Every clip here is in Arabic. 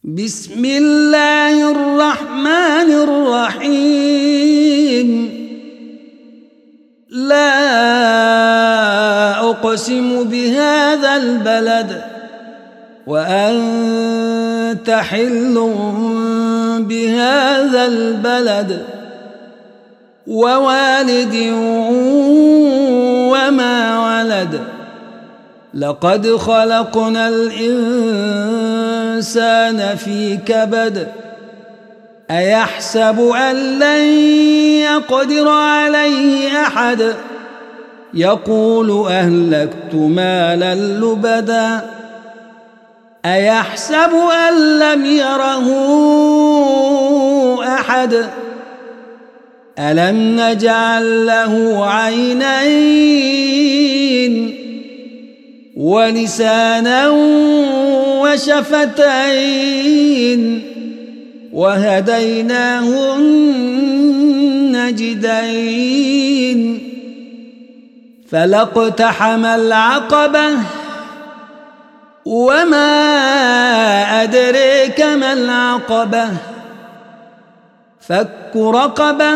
بسم الله الرحمن الرحيم لا أقسم بهذا البلد وأنت حل بهذا البلد ووالد وما ولد لقد خلقنا الإنسان في كبد أيحسب أن لن يقدر عليه أحد يقول أهلكت مالا لبدا أيحسب أن لم يره أحد ألم نجعل له عينين ولسانا وشفتين وهديناه النجدين فلاقتحم العقبة وما أدريك ما العقبة فك رقبة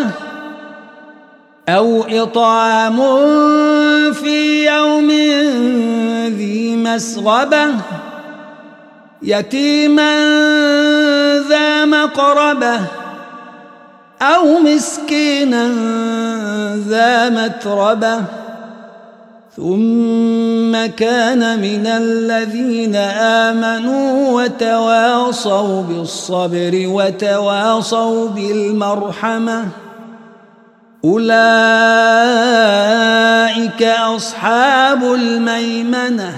أو إطعام في يوم ذي مسغبة يتيما ذا مقربة أو مسكينا ذا متربة ثم كان من الذين آمنوا وتواصوا بالصبر وتواصوا بالمرحمة أولئك أصحاب الميمنة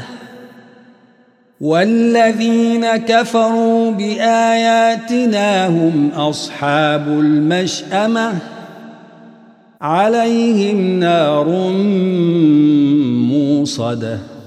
والذين كفروا بآياتنا هم أصحاب المشأمة عليهم نار موصدة